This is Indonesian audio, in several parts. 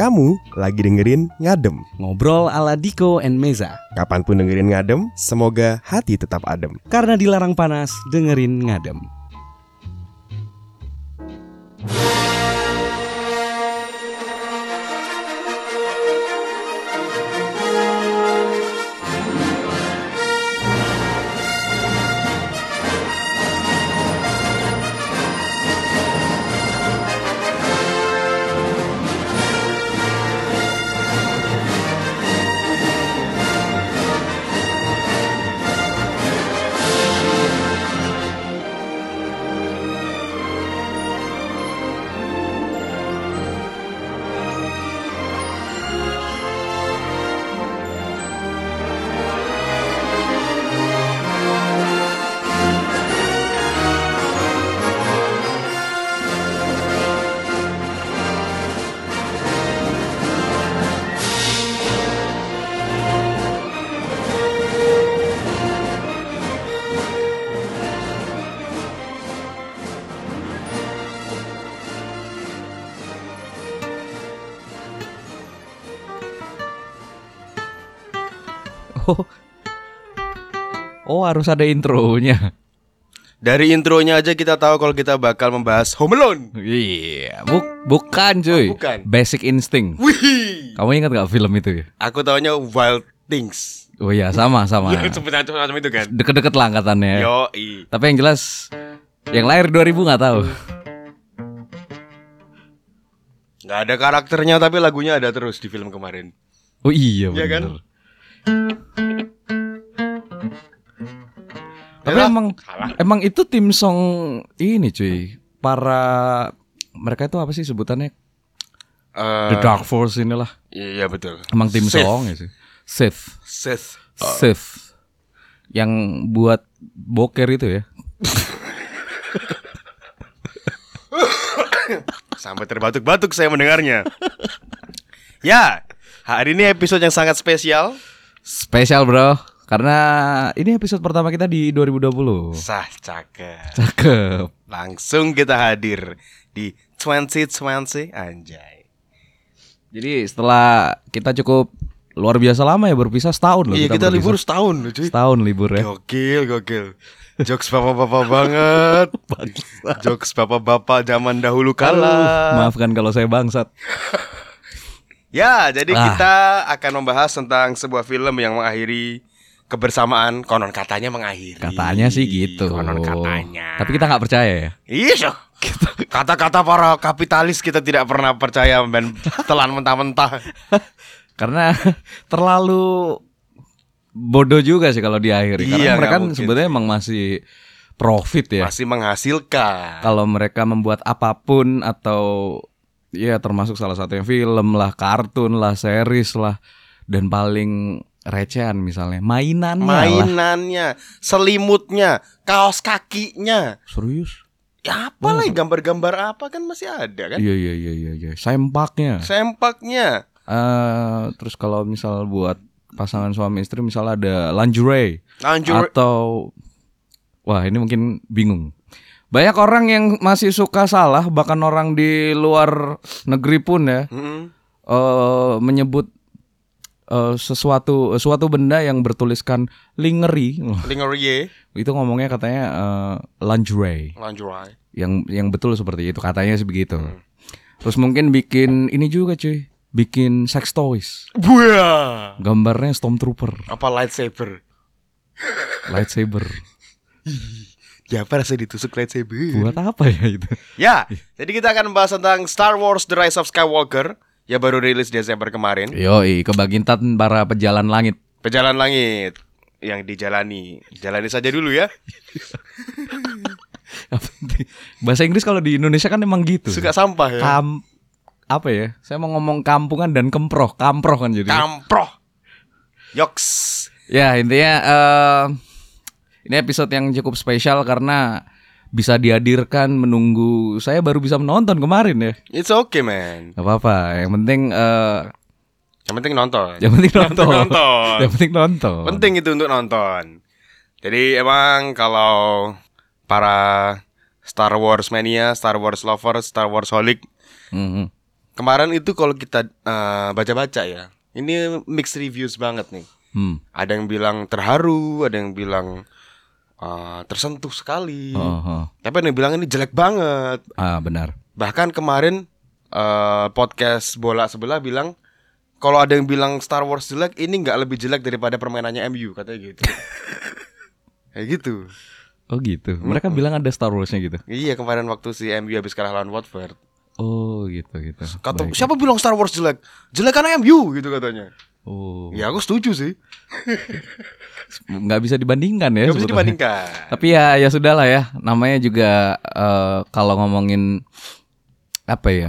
Kamu lagi dengerin Ngadem. Ngobrol ala Diko and Meza. Kapanpun dengerin Ngadem, semoga hati tetap adem. Karena dilarang panas, dengerin Ngadem. Oh, harus ada intronya. Dari intronya aja kita tahu kalau kita bakal membahas Home Alone. Iya, bukan cuy. Bukan. Basic Instinct. Wih, Kamu ingat gak film itu? aku taunya Wild Things. Oh iya, sama. Sebenarnya macam itu kan. Deket-deket lah angkatannya. Yoi. Tapi yang jelas yang lahir 2000 gak tahu. Gak ada karakternya tapi lagunya ada terus di film kemarin. Oh iya Iya kan? bener. Tapi Yalah, emang itu tim song ini cuy. Para mereka itu apa sih sebutannya? The Dark Force inilah. Iya betul. Emang tim Sith. song ya sih. Sith. Sith. Yang buat boker itu ya. Sampai terbatuk-batuk saya mendengarnya. Ya, hari ini episode yang sangat spesial. Spesial bro. Karena ini episode pertama kita di 2020. Sah, cakep. Cakep. Langsung kita hadir di 2020 anjay. Jadi setelah kita cukup luar biasa lama ya berpisah setahun loh. Iya, kita berpisah. libur setahun loh cuy. Setahun libur ya. Gokil. Jokes bapak-bapak banget. Jokes bapak-bapak zaman dahulu kala. Maafkan kalau saya bangsat. Ya, jadi kita akan membahas tentang sebuah film yang mengakhiri kebersamaan. Konon katanya mengakhiri. Katanya sih gitu. Konon katanya. Tapi kita nggak percaya ya. Iya. Kata-kata para kapitalis kita tidak pernah percaya dan telan mentah-mentah. Karena terlalu bodoh juga sih kalau diakhiri. Iya, Karena mereka mungkin. sebenarnya emang masih profit ya. Masih menghasilkan. Kalau mereka membuat apapun atau ya termasuk salah satunya film lah, kartun lah, series lah, dan paling recehan misalnya mainannya, selimutnya, kaos kakinya. Serius? Ya apa lagi gambar-gambar apa kan masih ada kan? Iya. Sempaknya. Terus kalau misal buat pasangan suami istri misalnya ada lingerie. Atau wah ini mungkin bingung. Banyak orang yang masih suka salah, bahkan orang di luar negeri pun ya menyebut suatu benda yang bertuliskan lingerie. Itu ngomongnya katanya lingerie. Yang betul seperti itu katanya sih begitu. Terus mungkin bikin ini juga cuy, bikin sex toys. Buah. Gambarnya Stormtrooper. Apa lightsaber? Ya apa rasanya ditusuk lightsaber? Buat apa ya itu? Ya, jadi kita akan membahas tentang Star Wars The Rise of Skywalker yang baru rilis Desember kemarin. Yoi, kebangkitan para pejalan langit. Pejalan langit yang jalani saja dulu ya. Bahasa Inggris kalau di Indonesia kan emang gitu. Suka sampah ya. Apa ya? Saya mau ngomong kampungan dan kamproh kan jadi. Kamproh. Yoks. Ya intinya ini episode yang cukup spesial karena bisa dihadirkan menunggu saya baru bisa menonton kemarin ya. It's okay man. Gak apa-apa. Yang penting nonton. Yang penting nonton. Penting itu untuk nonton. Jadi emang kalau para Star Wars mania, Star Wars lover, Star Wars holic kemarin itu kalau kita baca-baca ya, ini mixed reviews banget nih. Ada yang bilang terharu, ada yang bilang tersentuh sekali. Tapi ada yang bilang ini jelek banget. Benar. Bahkan kemarin podcast bola sebelah bilang kalau ada yang bilang Star Wars jelek, ini nggak lebih jelek daripada permainannya MU, katanya gitu. Kayak gitu. Oh gitu. Mereka bilang ada Star Wars-nya gitu. Iya, kemarin waktu si MU habis kalah lawan Watford. Oh gitu. Kata siapa bilang Star Wars jelek? Jelek karena MU gitu katanya. Oh. Ya aku setuju sih. Nggak bisa dibandingkan ya. Nggak bisa dibandingkan. Tapi ya sudahlah ya. Namanya juga kalau ngomongin apa ya,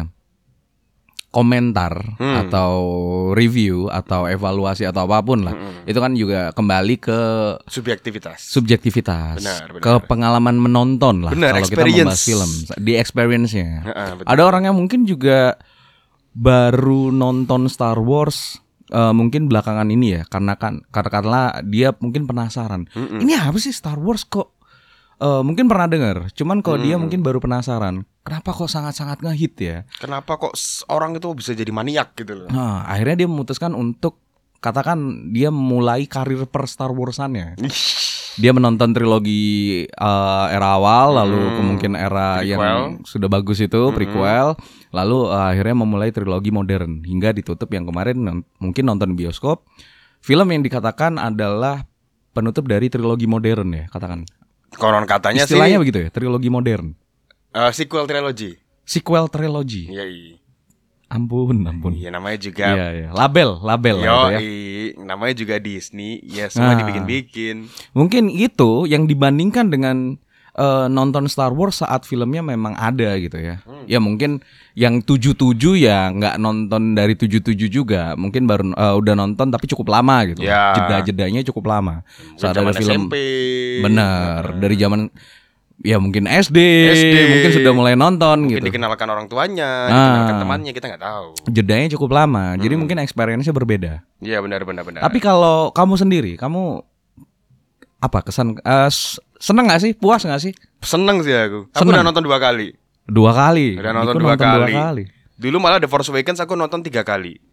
komentar atau review atau evaluasi atau apapun lah, itu kan juga kembali ke subjektivitas. Benar. Ke pengalaman menonton lah. Benar, kalau kita membahas film, di experience-nya. Ada orang yang mungkin juga baru nonton Star Wars mungkin belakangan ini ya, karena dia mungkin penasaran. Ini apa sih Star Wars kok? Mungkin pernah dengar, cuman kalau dia mungkin baru penasaran, kenapa kok sangat-sangat ngehit ya? Kenapa kok orang itu bisa jadi maniak gitu loh? Nah, akhirnya dia memutuskan untuk, katakan dia mulai karir per Star Wars-annya. Dia menonton trilogi era awal, lalu kemungkinan era prequel yang sudah bagus itu, prequel, lalu akhirnya memulai trilogi modern hingga ditutup yang kemarin mungkin nonton bioskop. Film yang dikatakan adalah penutup dari trilogi modern ya, katakan. Konon katanya istilahnya sih begitu ya, trilogi modern. Sequel trilogy. Iya. Ampun. Iya, namanya juga. Iya. Label ya. Namanya juga Disney. Ya, semua dibikin-bikin. Mungkin itu yang dibandingkan dengan nonton Star Wars saat filmnya memang ada gitu ya. Ya mungkin yang 77 ya nggak nonton dari 77 juga, mungkin baru udah nonton tapi cukup lama gitu. Ya. Jeda-jedanya cukup lama. Saat ada film SMP. Benar, dari zaman ya mungkin SD mungkin sudah mulai nonton mungkin gitu. Dikenalkan orang tuanya, dikenalkan temannya, kita nggak tahu. Jedanya cukup lama, jadi mungkin experience-nya berbeda. Iya benar. Tapi kalau kamu sendiri, kamu apa kesan? Seneng nggak sih? Puas nggak sih? Seneng sih aku. Aku udah nonton 2 kali. Udah nonton 2 kali. Dulu malah The Force Awakens aku nonton 3 kali.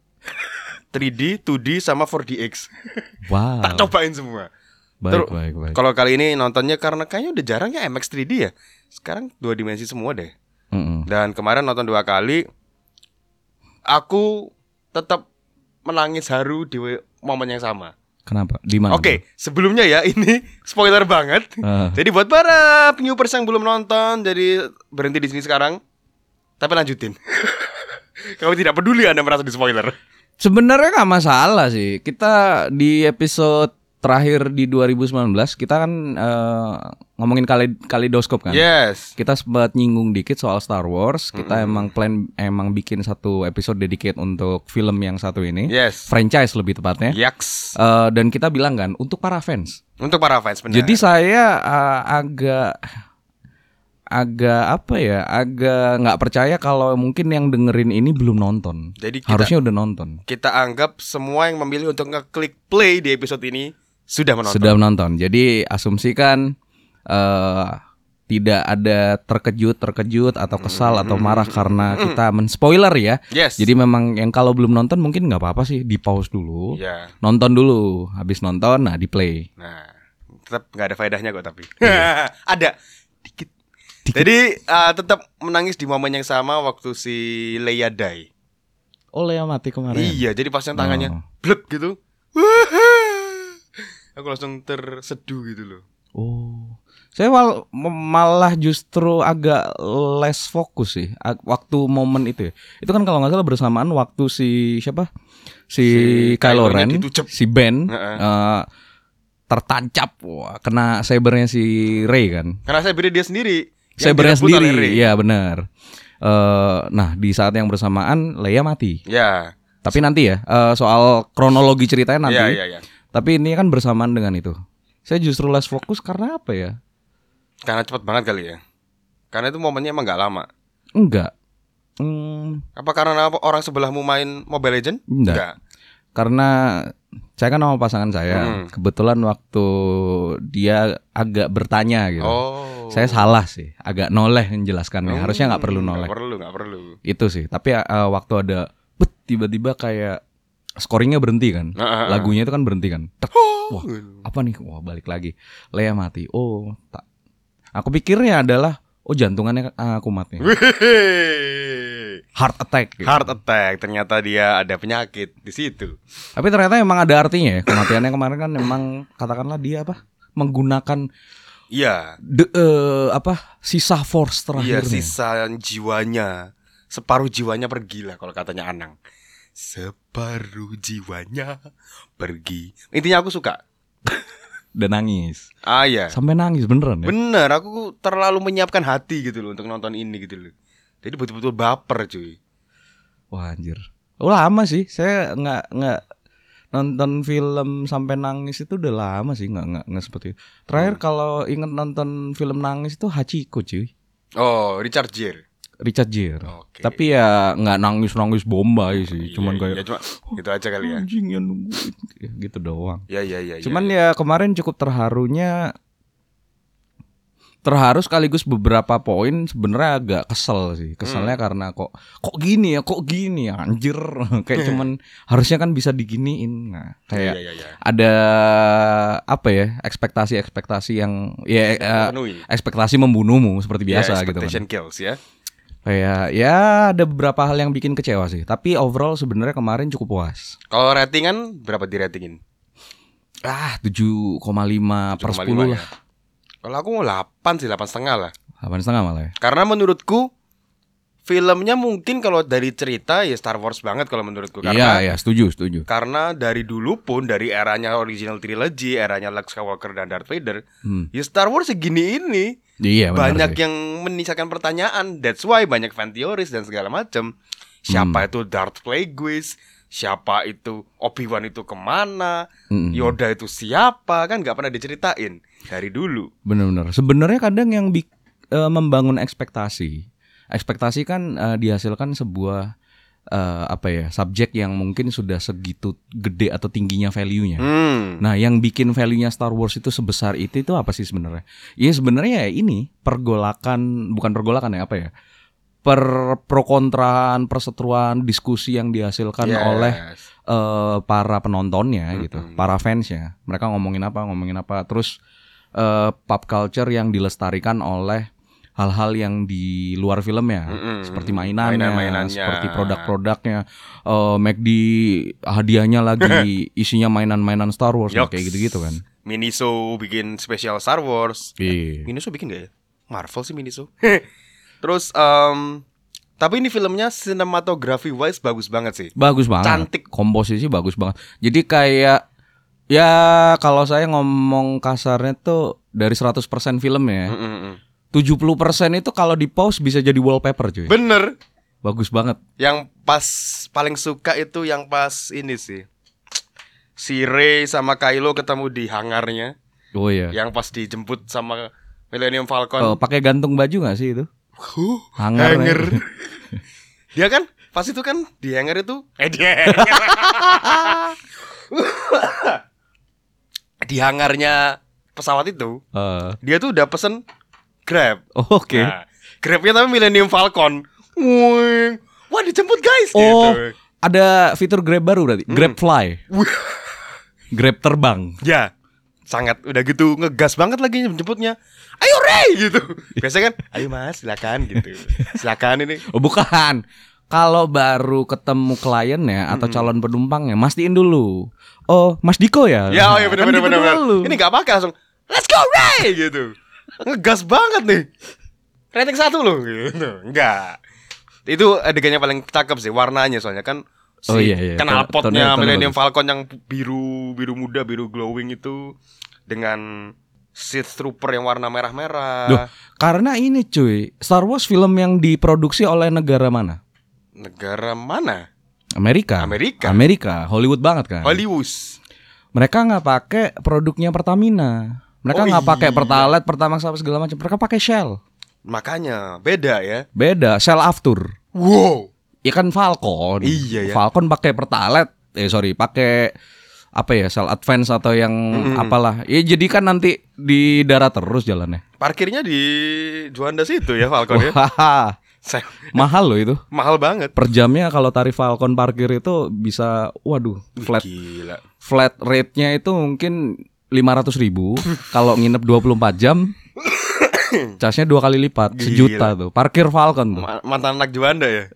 3D, 2D, sama 4DX. Wow. Tak cobain semua. Baik. Kalau kali ini nontonnya karena kayaknya udah jarang ya IMAX 3D ya. Sekarang 2 dimensi semua deh. Dan kemarin nonton 2 kali, aku tetap menangis haru di momen yang sama. Kenapa? Di mana? Oke, sebelumnya ya ini spoiler banget. Jadi buat para viewers yang belum nonton, jadi berhenti di sini sekarang. Tapi lanjutin. Kamu tidak peduli Anda merasa di spoiler. Sebenarnya nggak masalah sih. Kita di episode terakhir di 2019 kita kan ngomongin Kaleidoskop kan. Yes. Kita sempat nyinggung dikit soal Star Wars. Kita emang bikin satu episode dedicate untuk film yang satu ini. Yes. Franchise lebih tepatnya. Yaks. Dan kita bilang kan untuk para fans. Untuk para fans benar. Jadi saya agak nggak percaya kalau mungkin yang dengerin ini belum nonton. Jadi harusnya udah nonton. Kita anggap semua yang memilih untuk ngeklik play di episode ini sudah menonton. Jadi asumsikan tidak ada terkejut atau kesal atau marah karena kita men-spoiler ya. Yes. Jadi memang yang kalau belum nonton mungkin nggak apa-apa sih, di pause dulu, nonton dulu, habis nonton, nah di play. Nah, tetap nggak ada faedahnya kok tapi. Ada dikit. Jadi tetap menangis di momen yang sama waktu si Leia die. Oh, Leia mati kemarin. Iya, jadi pas yang tangannya blep gitu. Aku langsung terseduh gitu loh. Oh, saya malah justru agak less fokus sih waktu momen itu ya. Itu kan kalau nggak salah bersamaan waktu si Kylo Ren, si Ben tertancap, kena sabernya si Rey kan. Karena sabernya dia sendiri. Sabernya sendiri, iya benar. Nah di saat yang bersamaan Leia mati. Ya. Tapi nanti ya soal kronologi ceritanya nanti. Iya. Tapi ini kan bersamaan dengan itu. Saya justru less fokus karena apa ya? Karena cepat banget kali ya. Karena itu momennya emang gak lama. Enggak. Apa karena orang sebelahmu main Mobile Legends? Enggak. Karena saya kan sama pasangan saya. Kebetulan waktu dia agak bertanya gitu. Oh. Saya salah sih, agak noleh menjelaskannya. Harusnya nggak perlu noleh. Nggak perlu. Itu sih. Tapi waktu ada tiba-tiba kayak scoringnya berhenti kan, lagunya itu kan berhenti kan. Wah, apa nih? Wah, balik lagi. Leia mati. Oh, tak. Aku pikirnya adalah jantungannya kumat nih. Heart attack. Gitu. Heart attack. Ternyata dia ada penyakit di situ. Tapi ternyata emang ada artinya ya. Kematiannya kemarin kan memang katakanlah dia menggunakan sisa force terakhirnya. Iya, sisa jiwanya. Separuh jiwanya pergi lah kalau katanya Anang. Separuh jiwanya pergi. Intinya aku suka. Dan nangis. Iya. Sampai nangis beneran ya? Bener, aku terlalu menyiapkan hati gitu loh untuk nonton ini gitu loh. Jadi betul-betul baper cuy. Wah anjir. Lama sih. Saya nggak nonton film sampai nangis itu udah lama sih, nggak seperti itu. Terakhir kalau inget nonton film nangis itu Hachiko cuy. Oh, Richard Gere. Okay. Tapi ya nggak nangis Bombay sih, cuman kayak cuma gitu aja kali ya. Anjing yang nungguin gitu doang. Iya. Cuman ya kemarin cukup terharu sekaligus beberapa poin sebenarnya agak kesel sih. Keselnya karena kok gini ya anjir. Kayak cuman harusnya kan bisa diginiin. Nah, kayak ada ekspektasi yang ekspektasi membunuhmu seperti biasa gitu kan. Expectation kills ya. Kayak ya ada beberapa hal yang bikin kecewa sih. Tapi overall sebenarnya kemarin cukup puas. Kalau ratingan berapa diratingin? 7,5 per 10 lah. Kalau aku mau 8 sih, 8,5 lah. 8,5 malah ya. Karena menurutku filmnya mungkin kalau dari cerita ya Star Wars banget kalau menurutku. Iya, setuju. Karena dari dulu pun, dari eranya original trilogy, eranya Luke Skywalker dan Darth Vader, ya Star Wars segini ini. Iya, banyak sih. Yang menyisakan pertanyaan. That's why banyak fan theories dan segala macam. Siapa itu Darth Plagueis? Siapa itu Obi-Wan itu kemana? Yoda itu siapa? Kan nggak pernah diceritain dari dulu. Benar-benar. Sebenarnya kadang yang membangun ekspektasi kan dihasilkan sebuah subjek yang mungkin sudah segitu gede atau tingginya value-nya. Nah, yang bikin value-nya Star Wars itu sebesar itu apa sih sebenarnya? Ya sebenarnya ya ini bukan pergolakan ya, pro kontraan, perseteruan, diskusi yang dihasilkan oleh para penontonnya gitu, para fansnya. Mereka ngomongin apa, terus pop culture yang dilestarikan oleh hal-hal yang di luar filmnya, seperti mainannya, seperti produk-produknya. McD hadiahnya lagi isinya mainan-mainan Star Wars, kayak gitu-gitu kan. Miniso bikin spesial Star Wars. Miniso bikin gak ya? Marvel sih Miniso. Terus tapi ini filmnya cinematography wise bagus banget sih. Bagus banget. Cantik. Komposisi bagus banget. Jadi kayak ya kalau saya ngomong kasarnya tuh dari 100% film ya. 70% itu kalau di pause bisa jadi wallpaper cuy. Bener. Bagus banget. Yang pas paling suka itu yang pas ini sih. Si Rey sama Kylo ketemu di hangarnya. Oh iya. Yang pas dijemput sama Millennium Falcon. Pakai gantung baju gak sih itu? Hanger. Dia kan pas itu kan di hanger itu di hangarnya pesawat itu. Dia tuh udah pesen Grab. Oke. Nah, Grabnya tapi Millennium Falcon. Wah dijemput guys. Gitu. Ada fitur Grab baru berarti. Grab Fly. Grab terbang. Ya. Sangat udah gitu ngegas banget lagi jemputnya. Ayo Ray gitu. Biasanya kan ayo mas silakan gitu. Silakan ini. Bukan. Kalau baru ketemu kliennya atau calon penumpangnya, mastiin dulu. Oh, Mas Diko ya? Ya, oh ya benar. Ini enggak pakai langsung let's go Ray gitu. Ngegas banget nih. Rating 1 loh gitu. Enggak. Itu adegannya paling cakep sih warnanya soalnya kan knalpotnya Millennium Falcon yang biru muda, biru glowing itu dengan Sith Trooper yang warna merah-merah. Duh, karena ini cuy, Star Wars film yang diproduksi oleh negara mana? Negara mana? Amerika. Hollywood banget kan? Hollywood. Mereka nggak pakai produknya Pertamina. Mereka nggak pakai Pertalite, Pertamax apa segala macam. Mereka pakai Shell. Makanya beda ya. Beda. Shell Aftur. Wow. Ya kan Falcon. Iya ya. Falcon pakai Pertalite. Pakai apa ya, sel advance atau yang apalah. Ya jadi kan nanti di darat terus jalannya. Parkirnya di Juanda situ ya Falcon ya. Wah, mahal loh itu. Mahal banget. Per jamnya kalau tarif Falcon parkir itu bisa, waduh, Gila. Flat rate-nya itu mungkin 500.000. Kalau nginep 24 jam, casnya 2 kali lipat, 1 juta tuh. Parkir Falcon tuh. Mantan anak Juanda ya.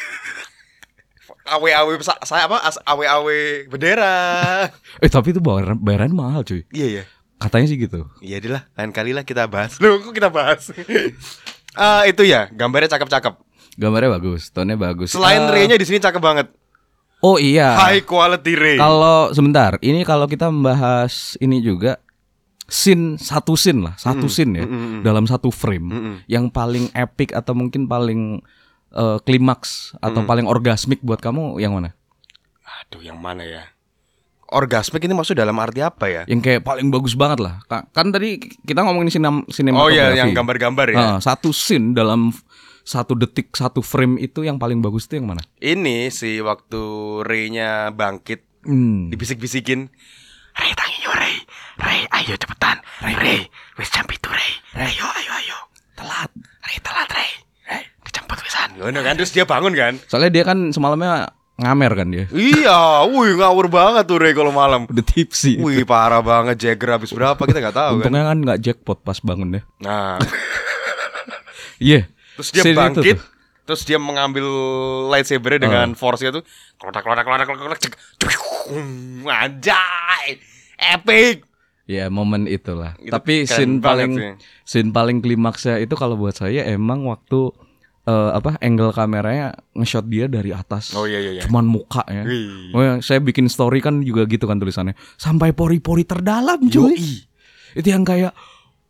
Awe-awe saya apa? Awe-awe bendera. Tapi itu bayaran mahal cuy. Iya ya. Katanya sih gitu. Iya deh lah, lain kali lah kita bahas. Loh, kok kita bahas? Itu ya, gambarnya cakep-cakep. Gambarnya bagus, tone-nya bagus. Selain Ray-nya di sini cakep banget. Oh iya. High quality Ray. Kalau sebentar, ini kalau kita membahas ini juga satu scene ya, dalam satu frame yang paling epic atau mungkin paling klimaks atau paling orgasmik buat kamu yang mana? Aduh, yang mana ya? Orgasmik ini maksud dalam arti apa ya? Yang kayak paling bagus banget lah. Kan tadi kita ngomongin sinematografi. Oh iya, yang gambar-gambar ya. Satu scene dalam 1 detik 1 frame itu yang paling bagus itu yang mana? Ini sih waktu Ray-nya bangkit, dibisik-bisikin. Ray, tangi yo Ray. Ray, ayo cepetan. Ray, wis jam itu Ray. Ayo. Telat. Ray, telat Ray. Dijemput wisan. Ngono kan, terus dia bangun kan? Soalnya dia kan semalamnya ngamer kan dia. Iya, ngawur banget tuh Ray kalau malam. Udah tipsi. Parah banget. Jagger habis berapa kita nggak tahu. Untungnya kan nggak jackpot pas bangun deh. Nah, iya. Terus dia bangkit, terus dia mengambil lightsaber dengan force-nya tuh. Klodak. Anjay, epic. Ya momen itulah. Tapi scene paling klimaksnya itu kalau buat saya emang waktu angle kameranya nge-shot dia dari atas. Oh iya. Cuman mukanya. Oh ya, saya bikin story kan juga gitu kan tulisannya. Sampai pori-pori terdalam cuy. Itu yang kayak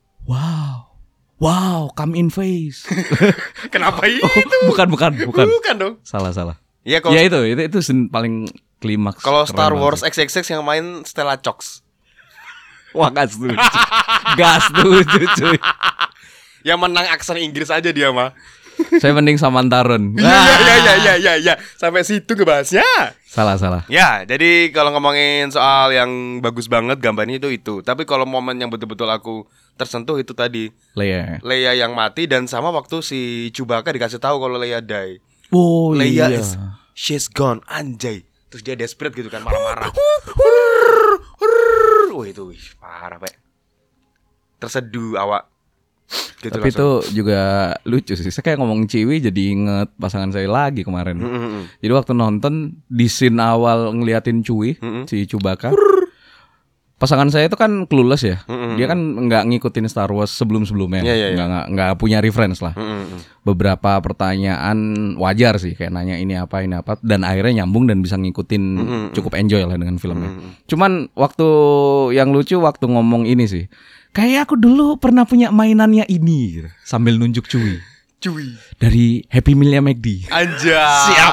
wow, come in face. Kenapa itu? Bukan. Bukan dong. Salah. Ya, itu scene paling klimaks. Kalau Star Wars XXX yang main Stella Chox. Wah, gas setuju cuy. Yang menang aksen Inggris aja dia mah. Saya mending Samantaron. Iya. Sampai situ ngebahasnya. Salah. Ya, jadi kalau ngomongin soal yang bagus banget gambarnya itu. Tapi kalau momen yang betul-betul aku tersentuh itu tadi. Leia yang mati dan sama waktu si Chewbacca dikasih tahu kalau Leia die. Oh Leia iya. She's gone, anjay. Terus dia desperate gitu kan, marah-marah. Itu parah, Pak. Terseduh awak. Gitu. Tapi itu juga lucu sih. Saya kayak ngomong Ciwi jadi inget pasangan saya lagi kemarin. Jadi waktu nonton di scene awal ngeliatin Chewie, si Chewbacca. Pasangan saya itu kan clueless ya. Dia kan nggak ngikutin Star Wars sebelum-sebelumnya. Nggak punya reference lah. Beberapa pertanyaan wajar sih, kayak nanya ini apa, dan akhirnya nyambung dan bisa ngikutin, cukup enjoy lah dengan filmnya. Cuman waktu yang lucu waktu ngomong ini sih, kayak aku dulu pernah punya mainannya ini gitu, sambil nunjuk Chewie dari Happy Meal-nya McD. Anjay. Siap.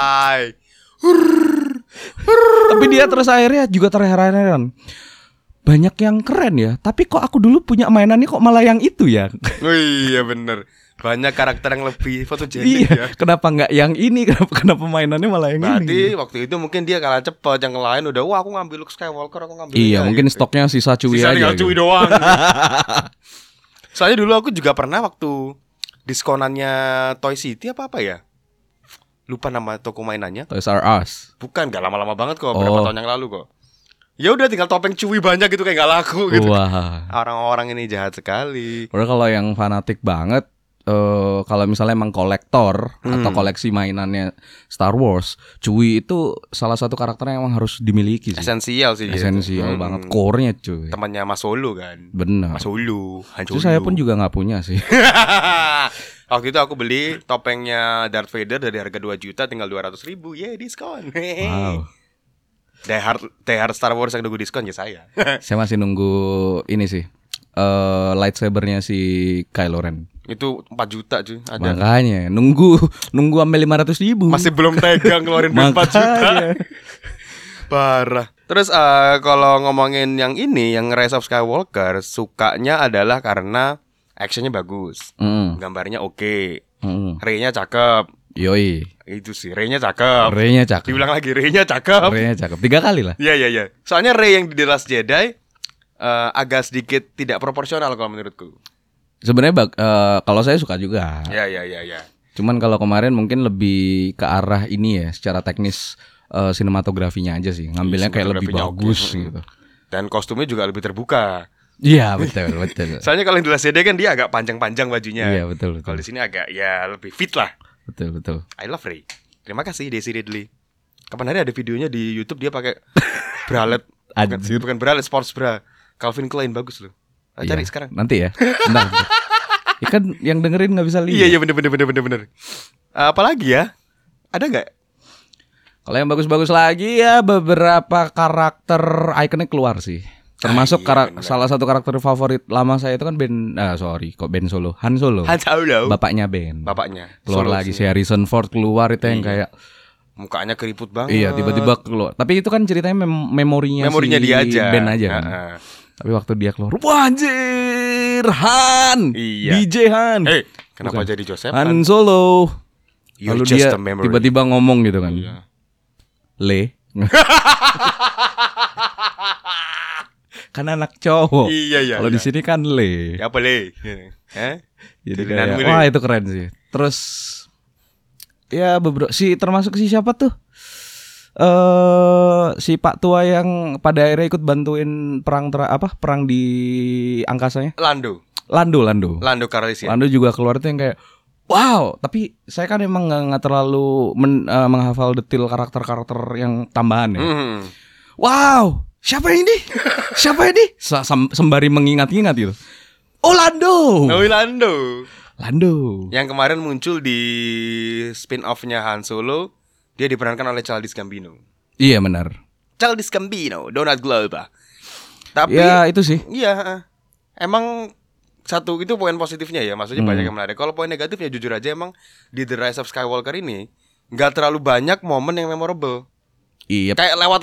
Tapi dia terus akhirnya juga terheran-heran. Banyak yang keren ya, tapi kok aku dulu punya mainannya kok malah yang itu ya. Oh iya bener. Banyak karakter yang lebih fotogenik ya. Kenapa nggak yang ini? Kenapa mainannya malah yang Berarti ini? Berarti waktu itu mungkin dia kalah cepat. Yang lain udah, aku ngambil Luke Skywalker, aku ngambil. Iya, mungkin gitu. Stoknya sisa Chewie aja. Sisa Chewie gitu. doang. Soalnya dulu aku juga pernah waktu diskonannya Toy City apa ya? Lupa nama toko mainannya. Toys R Us. Bukan, gak lama-lama banget kok, berapa tahun yang lalu kok. Ya udah tinggal topeng Chewie banyak gitu kayak gak laku gitu. Wah. Orang-orang ini jahat sekali. Padahal kalau yang fanatik banget, kalau misalnya emang kolektor atau koleksi mainannya Star Wars, Chewie itu salah satu karakter yang emang harus dimiliki sih. Esensial sih dia. Esensial banget, core-nya cuy. Temannya Mas Solo kan. Bener. Mas Solo. Itu saya pun juga nggak punya sih. Waktu itu aku beli topengnya Darth Vader dari harga 2 juta tinggal 200.000. Yeay, diskon. Wow. Die Hard Star Wars yang nunggu diskon ya saya. Saya masih nunggu ini sih, lightsabernya si Kylo Ren. Itu 4 juta cuy. Ada. Makanya nunggu sampai 500.000. Masih belum tegang ngeluarin 4 juta. Parah. Terus kalau ngomongin yang ini, yang Rise of Skywalker, sukanya adalah karena actionnya bagus, gambarnya oke, Rey-nya cakep. Yoi. Itu sih, Rey-nya cakep. Rey-nya cakep. Dibilang lagi Rey-nya cakep. Rey-nya cakep. 3 kali lah. Iya. Soalnya Rey yang di The Last Jedi agak sedikit tidak proporsional kalau menurutku. Sebenarnya kalau saya suka juga. Iya. Cuman kalau kemarin mungkin lebih ke arah ini ya, secara teknis sinematografinya aja sih. Ngambilnya kayak lebih bagus gitu. Dan kostumnya juga lebih terbuka. Iya, betul. Soalnya kalau yang di Last Jedi kan dia agak panjang-panjang bajunya. Iya, betul. Kalau di sini agak ya lebih fit lah. Betul. I love Rey. Terima kasih Daisy Ridley. Kapan hari ada videonya di YouTube dia pakai bralette. bukan bralette, sports bra. Calvin Klein bagus loh. Cari sekarang. Nanti ya. Bentar. Ya kan yang dengerin nggak bisa lihat. Iya bener. Apalagi ya? Ada nggak? Kalau yang bagus-bagus lagi ya beberapa karakter ikonik keluar sih. Termasuk salah satu karakter favorit lama saya itu kan Ben Solo. Han Solo. Bapaknya Ben. Keluar Solo lagi si Harrison Ford keluar itu yang kayak mukanya keriput banget. Iya, tiba-tiba keluar. Tapi itu kan ceritanya memorinya si dia aja. Ben aja kan. Tapi waktu dia keluar, wah anjir, Han, DJ Han. Kenapa jadi Joseph Han Solo? You're lalu dia tiba-tiba ngomong gitu kan. Le. Kan anak cowok. Iya. Kalau di sini kan Le. Apa Le? Jadi kayak, wah itu keren sih. Terus ya termasuk si siapa tuh? Si Pak Tua yang pada akhirnya ikut bantuin perang di angkasanya. Lando Calrissian. Lando juga keluar tuh yang kayak wow, tapi saya kan emang nggak terlalu menghafal detail karakter yang tambahan ya. Wow, siapa ini? Sembari mengingat-ingat gitu. Oh Lando. Yang kemarin muncul di spin-off-nya Han Solo, dia diperankan oleh Childish Gambino. Iya benar. Childish Gambino, Donald Glover. Tapi ya itu sih. Iya, emang satu itu poin positifnya ya, maksudnya banyak yang menarik. Kalau poin negatifnya jujur aja emang di The Rise of Skywalker ini nggak terlalu banyak momen yang memorable. Iya. Kayak lewat.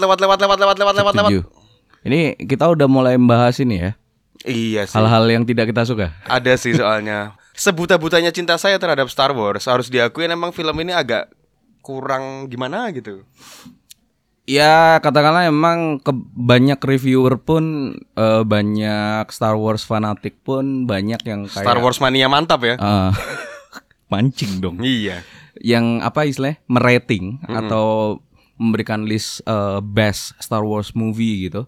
Ini kita udah mulai membahas ini ya. Iya sih. Hal-hal yang tidak kita suka. Ada sih soalnya. Sebuta-butanya cinta saya terhadap Star Wars, harus diakui emang film ini agak kurang gimana gitu. Ya katakanlah emang banyak reviewer pun banyak Star Wars fanatik pun banyak yang kayak Star Wars mania mantap ya. Mancing dong. Iya. Yang apa istilahnya merating atau memberikan list best Star Wars movie gitu.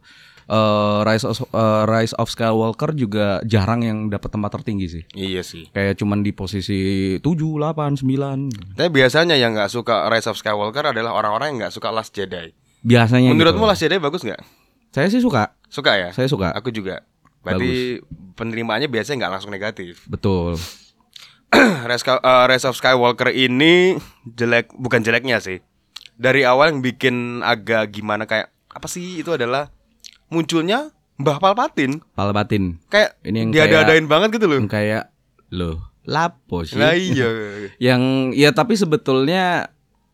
Rise of Skywalker juga jarang yang dapat tempat tertinggi sih. Iya sih. Kayak cuman di posisi 7, 8, 9. Tapi biasanya yang nggak suka Rise of Skywalker adalah orang-orang yang nggak suka Last Jedi. Biasanya. Menurutmu gitu. Last Jedi bagus nggak? Saya sih suka. Suka ya? Saya suka. Aku juga. Berarti penerimaannya biasanya nggak langsung negatif. Betul. Rise of Skywalker ini bukan jeleknya sih. Dari awal yang bikin agak gimana kayak apa sih itu adalah munculnya Mbah Palpatine. Kayak ini yang diada-adain banget gitu loh. Yang kayak lapo sih. Nah iya. Yang ya tapi sebetulnya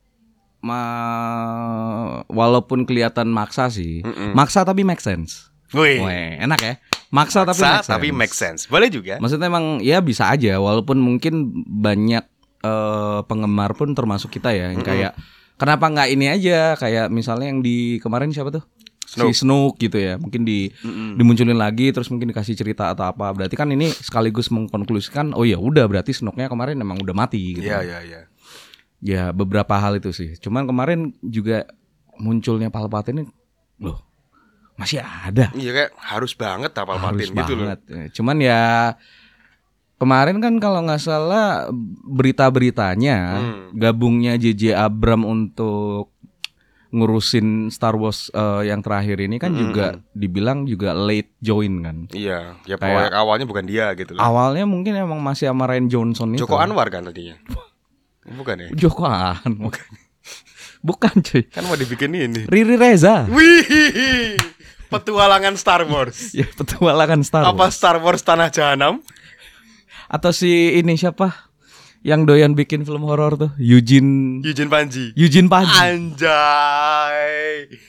walaupun kelihatan maksa sih. Maksa tapi make sense. Wih, enak ya. Maksa tapi make sense. Boleh juga. Maksudnya emang ya bisa aja walaupun mungkin banyak penggemar pun termasuk kita ya yang kayak kenapa nggak ini aja kayak misalnya yang di kemarin siapa tuh? Si Snoke gitu ya. Mungkin dimunculin lagi terus mungkin dikasih cerita atau apa. Berarti kan ini sekaligus mengkonklusikan oh ya udah berarti Snoke-nya kemarin emang udah mati gitu. Iya. Ya beberapa hal itu sih. Cuman kemarin juga munculnya Palpatine loh masih ada. Iya kayak harus banget Palpatine gitu loh. Cuman ya kemarin kan kalau nggak salah berita-beritanya gabungnya JJ Abrams untuk ngurusin Star Wars yang terakhir ini kan juga dibilang juga late join kan. Iya, ya proyek awalnya bukan dia gitu loh. Awalnya mungkin emang masih sama Rian Johnson itu. Joko Anwar kan tadinya. Bukan ya? Joko Anwar. Bukan cuy. Kan mau dibikin ini. Riri Reza. Wih. Petualangan Star Wars. Ya, petualangan Star Wars. Apa Star Wars Tanah Jahanam? Atau si ini siapa? Yang doyan bikin film horor tuh, Eugene Panji. Anjay.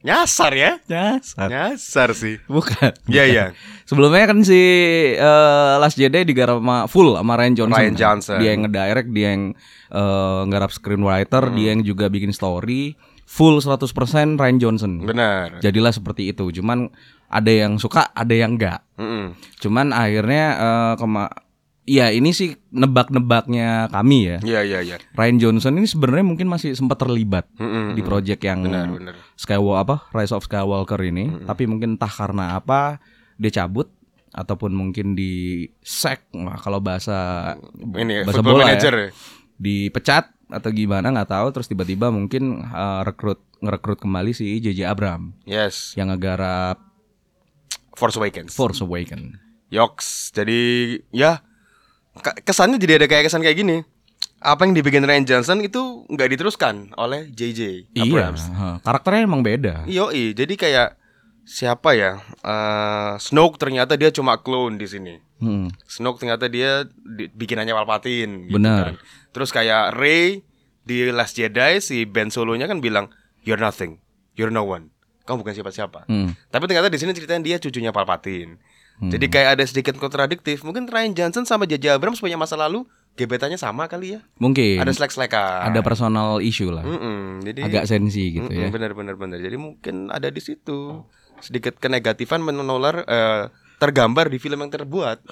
Nyasar ya? Nyasar. Nyasar sih. Bukan. Iya iya. Sebelumnya kan si Last Jedi digarap sama Rian Johnson. Rian Johnson. Dia yang ngedirect, dia yang nggarap screenwriter, dia yang juga bikin story. Full 100% Rian Johnson. Benar. Jadilah seperti itu. Cuman ada yang suka, ada yang enggak. Cuman akhirnya ya ini sih nebak-nebaknya kami ya. Iya. Rian Johnson ini sebenarnya mungkin masih sempat terlibat di project yang benar. Rise of Skywalker ini, tapi mungkin entah karena apa dia cabut ataupun mungkin di sack, kalau bahasa ini bahasa football bola manager ya, dipecat atau gimana nggak tahu, terus tiba-tiba mungkin ngerekrut kembali si J.J. Abrams. Yes. Yang ngegarap Force Awakens. Yoks. Jadi ya kesannya jadi ada kayak kesan kayak gini. Apa yang dibikin Rian Johnson itu nggak diteruskan oleh J.J. Abrams. Iya, karakternya emang beda. Yoi, jadi kayak siapa ya? Snoke ternyata dia cuma clone di sini. Snoke ternyata dia bikinannya Palpatine. Gitu benar. Kan. Terus kayak Rey di Last Jedi, si Ben Solo-nya kan bilang you're nothing, you're no one. Kamu bukan siapa-siapa. Tapi ternyata di sini ceritanya dia cucunya Palpatine. Jadi kayak ada sedikit kontradiktif. Mungkin Rian Johnson sama J.J. Abrams punya masa lalu gebetannya sama kali ya. Mungkin. Ada selek-selekan. Ada personal issue lah. Jadi agak sensi gitu ya. Benar. Jadi mungkin ada di situ sedikit kenegatifan menular tergambar di film yang terbuat.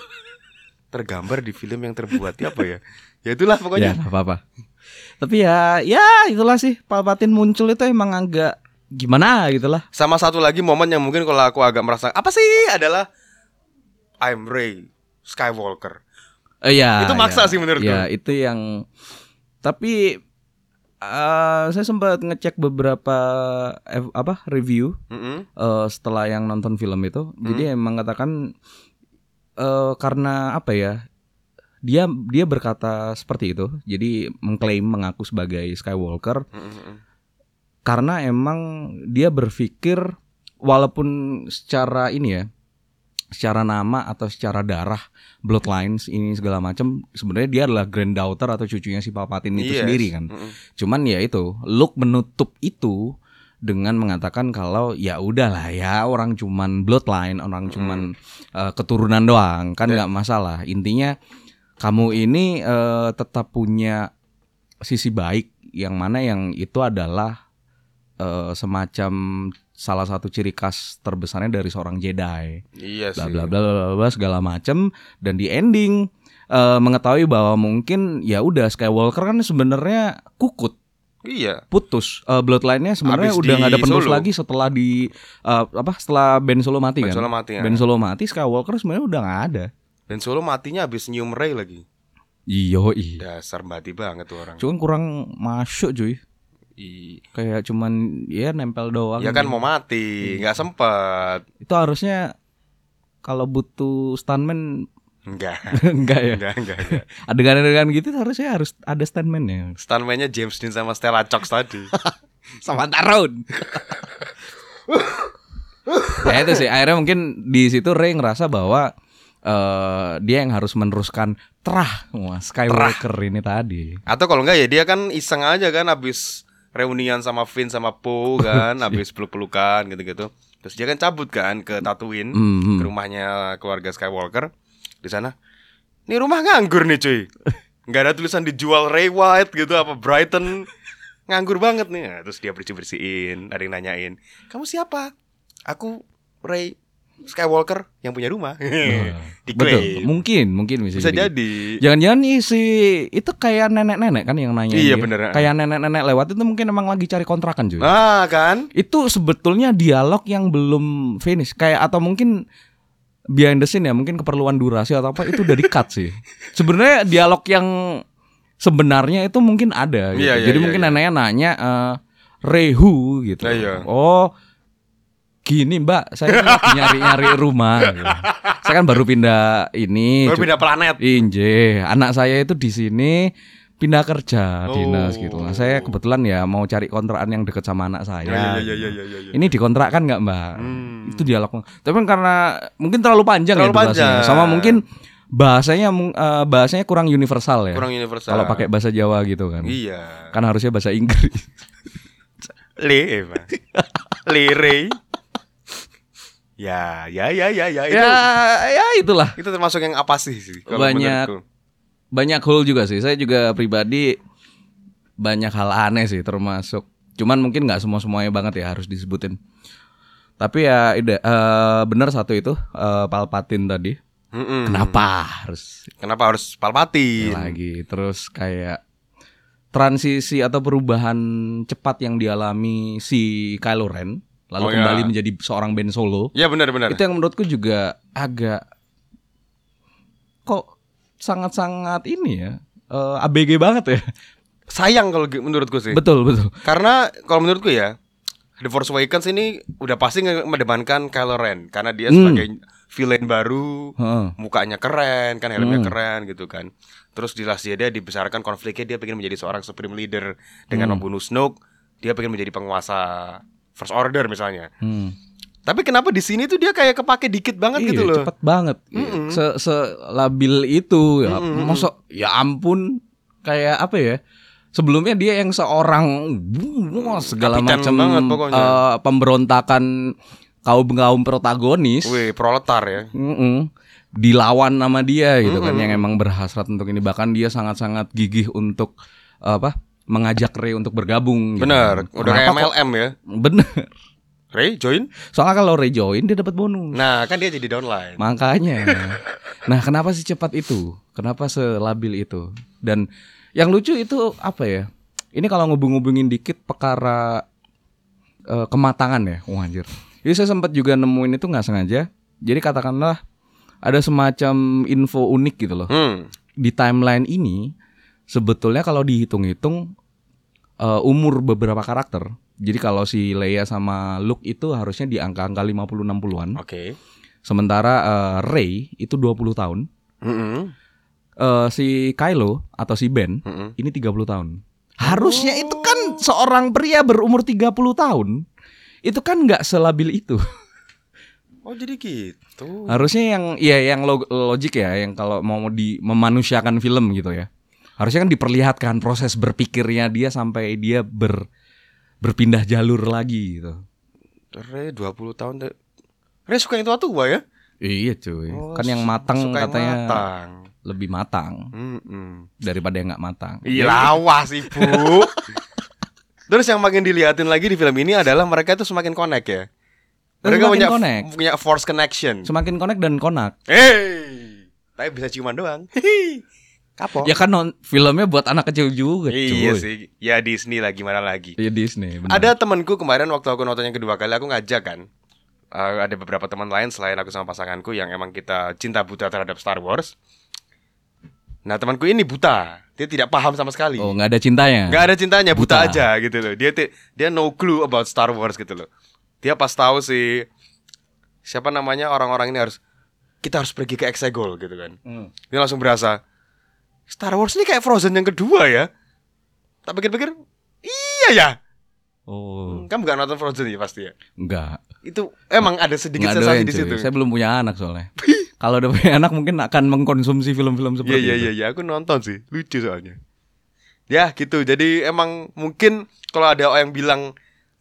Ya apa ya? Ya itulah pokoknya. Ya apa-apa. Tapi ya itulah sih, Palpatine muncul itu emang agak gimana gitu lah. Sama satu lagi momen yang mungkin kalau aku agak merasa apa sih adalah I'm Rey Skywalker. Itu maksa sih menurutku. Ya, itu yang. Tapi saya sempat ngecek beberapa review setelah yang nonton film itu. Jadi emang katakan karena apa ya? Dia berkata seperti itu. Jadi mengaku sebagai Skywalker. Karena emang dia berpikir walaupun secara ini ya, secara nama atau secara darah, bloodlines ini segala macam, sebenarnya dia adalah granddaughter atau cucunya si Palpatine itu sendiri kan. Cuman ya itu, Luke menutup itu dengan mengatakan kalau ya udahlah ya, orang cuman bloodline, orang cuman keturunan doang, kan nggak masalah. Intinya kamu ini tetap punya sisi baik, yang mana yang itu adalah semacam salah satu ciri khas terbesarnya dari seorang Jedi. Iya sih. Bla bla bla bla segala macam, dan di ending mengetahui bahwa mungkin ya udah Skywalker kan sebenarnya kukut. Iya. Putus bloodline-nya sebenarnya udah enggak ada penerus lagi setelah setelah Ben Solo mati kan. Ben Solo mati, Skywalker sebenarnya udah enggak ada. Ben Solo matinya habis nyium Rey lagi. Iya. Dasar mati banget tuh orang. Cuman kurang masuk cuy. Kayak cuman ya nempel doang. Ya kan mau mati, nggak sempet. Itu harusnya kalau butuh stuntman enggak ya. Enggak. Adegan-adegan gitu harusnya harus ada stuntman-nya. Stuntman-nya James Dean sama Stella Cox tadi. Sama Taron. Ya itu sih, akhirnya mungkin di situ Rey ngerasa bahwa dia yang harus meneruskan Skywalker ini tadi. Atau kalau enggak ya dia kan iseng aja kan, abis reunian sama Finn sama Poe kan, habis peluk-pelukan gitu-gitu. Terus dia kan cabut kan ke Tatooine, ke rumahnya keluarga Skywalker. Di sana, ini rumah nganggur nih cuy. Nggak ada tulisan dijual Rey White gitu, apa Brighton. Nganggur banget nih. Nah, terus dia bersih-bersihin, ada yang nanyain, kamu siapa? Aku Rey Skywalker yang punya rumah. Betul. Mungkin bisa jadi. Jangan-jangan itu kayak nenek-nenek kan yang nanya. Iya bener. Kayak nenek-nenek lewat itu mungkin emang lagi cari kontrakan cuy. Kan? Itu sebetulnya dialog yang belum finish. Kayak atau mungkin behind the scene ya, mungkin keperluan durasi atau apa, itu udah di-cut sih. Sebenarnya dialog yang sebenarnya itu mungkin ada gitu. Jadi mungkin neneknya nanya Rehu gitu. Oh, gini Mbak, saya lagi nyari-nyari rumah gitu. Saya kan baru pindah planet. Inje, anak saya itu di sini pindah kerja dinas gitu. Nah, saya kebetulan ya mau cari kontrakan yang deket sama anak saya. Iya. Ini dikontrakkan nggak Mbak? Itu dialog. Tapi karena mungkin terlalu panjang ya durasinya. Sama mungkin bahasanya kurang universal ya. Kalau pakai bahasa Jawa gitu kan. Iya. Kan harusnya bahasa Inggris. Lirei. Ya itu. Ya itulah. Itu termasuk yang apa sih kalau menurutku. Banyak hal juga sih. Saya juga pribadi banyak hal aneh sih termasuk. Cuman mungkin nggak semuanya banget ya harus disebutin. Tapi ya benar satu itu Palpatine tadi. Kenapa harus Palpatine lagi? Terus kayak transisi atau perubahan cepat yang dialami si Kylo Ren lalu kembali menjadi seorang Ben Solo. Ya benar. Itu yang menurutku juga agak kok sangat-sangat ini ya ABG banget ya. Sayang kalau menurutku sih. Betul. Karena kalau menurutku ya The Force Awakens ini udah pasti mendepankan Kylo Ren karena dia sebagai villain baru, mukanya keren kan, helmnya keren gitu kan. Terus di Last Jedi dibesarkan konfliknya, dia pengen menjadi seorang supreme leader dengan membunuh Snoke, dia pengen menjadi penguasa First Order misalnya. Tapi kenapa di sini tuh dia kayak kepake dikit banget gitu loh. Cepet banget. Selabil itu ya. Masa ya ampun kayak apa ya? Sebelumnya dia yang seorang segala macam pemberontakan kaum protagonis. Wih, proletar ya. Dilawan sama dia gitu kan, yang emang berhasrat untuk ini. Bahkan dia sangat-sangat gigih untuk mengajak Rey untuk bergabung. Bener, gitu. Udah kayak MLM ya. Bener. Rey join? Soalnya kalau Rey join dia dapat bonus. Nah kan dia jadi downline. Makanya. Nah kenapa sih cepat itu? Kenapa selabil itu? Dan yang lucu itu apa ya? Ini kalau ngubung-ngubungin dikit perkara kematangan ya. Anjir. Jadi saya sempat juga nemuin itu nggak sengaja. Jadi katakanlah ada semacam info unik gitu loh. Di timeline ini sebetulnya kalau dihitung-hitung umur beberapa karakter. Jadi kalau si Leia sama Luke itu harusnya di angka-angka 50-60-an. Oke. Sementara Rey itu 20 tahun. Si Kylo atau si Ben ini 30 tahun. Harusnya itu kan seorang pria berumur 30 tahun. Itu kan nggak selabil itu. Oh jadi gitu. Harusnya yang logik ya, yang kalau mau memanusiakan film gitu ya. Harusnya kan diperlihatkan proses berpikirnya dia sampai dia berpindah jalur lagi gitu. Rey 20 tahun. Rey suka yang tua-tua ya? Iya cuy. Kan yang matang katanya yang matang. Lebih matang daripada yang nggak matang. Iya lawas ibu. Terus yang makin dilihatin lagi di film ini adalah mereka itu semakin connect ya. Mereka punya force connection. Semakin connect dan konak. Tapi bisa ciuman doang. Kapok. Ya kan filmnya buat anak kecil juga. Iya sih. Ya Disney lah, gimana lagi. Iya Disney. Bener. Ada temanku kemarin waktu aku nonton yang kedua kali, aku ngajak kan. Ada beberapa teman lain selain aku sama pasanganku yang emang kita cinta buta terhadap Star Wars. Nah temanku ini buta, dia tidak paham sama sekali. Oh nggak ada cintanya? Nggak ada cintanya, buta aja gitu loh. Dia no clue about Star Wars gitu loh. Dia pas tahu si siapa namanya orang-orang ini kita harus pergi ke Exegol gitu kan. Dia langsung berasa Star Wars ini kayak Frozen yang kedua ya. Tak pikir-pikir, iya ya. Oh, kamu nggak nonton Frozen ya pasti ya? Enggak. Itu emang ada sedikit sensasi di situ. Saya belum punya anak soalnya. Kalau udah punya anak mungkin akan mengkonsumsi film-film seperti itu. Iya, aku nonton sih, lucu soalnya. Ya gitu, jadi emang mungkin kalau ada yang bilang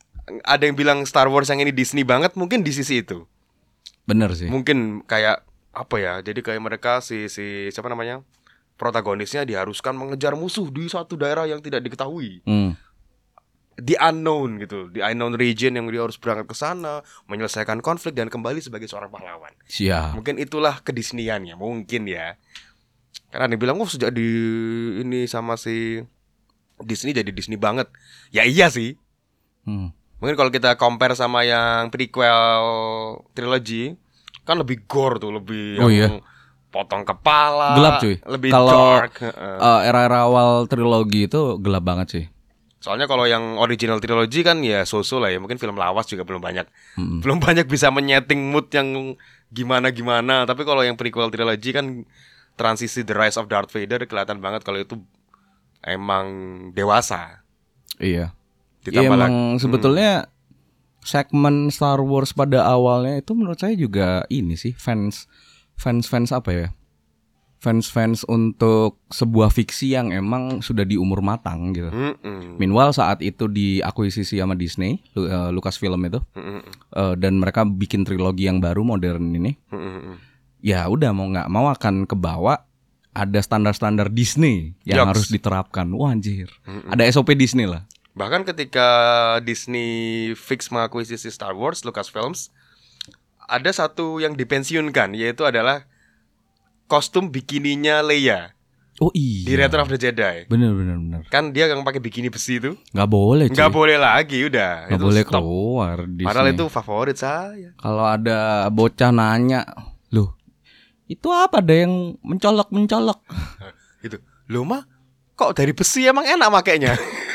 Star Wars yang ini Disney banget, mungkin di sisi itu. Bener sih. Mungkin kayak apa ya? Jadi kayak mereka si siapa namanya? Protagonisnya diharuskan mengejar musuh di suatu daerah yang tidak diketahui. The unknown gitu, the unknown region yang dia harus berangkat ke sana, menyelesaikan konflik dan kembali sebagai seorang pahlawan. Siap. Mungkin itulah kedisneyannya, mungkin ya. Karena dia bilang, sejak di ini sama si Disney jadi Disney banget. Ya iya sih. Mungkin kalau kita compare sama yang prequel trilogy, kan lebih gore tuh, lebih potong kepala, gelap cuy. Lebih kalau dark. Era-era awal trilogi itu gelap banget sih. Soalnya kalau yang original trilogy kan ya so-so lah ya. Mungkin film lawas juga belum banyak bisa menyeting mood yang gimana-gimana. Tapi kalau yang prequel trilogy kan transisi The Rise of Darth Vader kelihatan banget kalau itu emang dewasa. Iya. Emang sebetulnya segmen Star Wars pada awalnya itu menurut saya juga ini sih fans apa ya? fans untuk sebuah fiksi yang emang sudah di umur matang gitu. Meanwhile saat itu diakuisisi sama Disney, Lucasfilm itu, dan mereka bikin trilogi yang baru modern ini. Ya udah mau nggak mau akan kebawa ada standar-standar Disney yang harus diterapkan. Wah anjir, ada SOP Disney lah. Bahkan ketika Disney fix mengakuisisi Star Wars, Lucasfilms, ada satu yang dipensiunkan, yaitu adalah kostum bikininya Leia. Oh iya. Di Return of the Jedi. Bener. Kan dia yang pakai bikini besi itu. Nggak boleh. Nggak boleh lagi, udah. Nggak boleh stop keluar. Disney. Padahal itu favorit saya. Kalau ada bocah nanya, loh, itu apa ada yang mencolok? Gitu. Loh mah, kok dari besi emang enak makainya?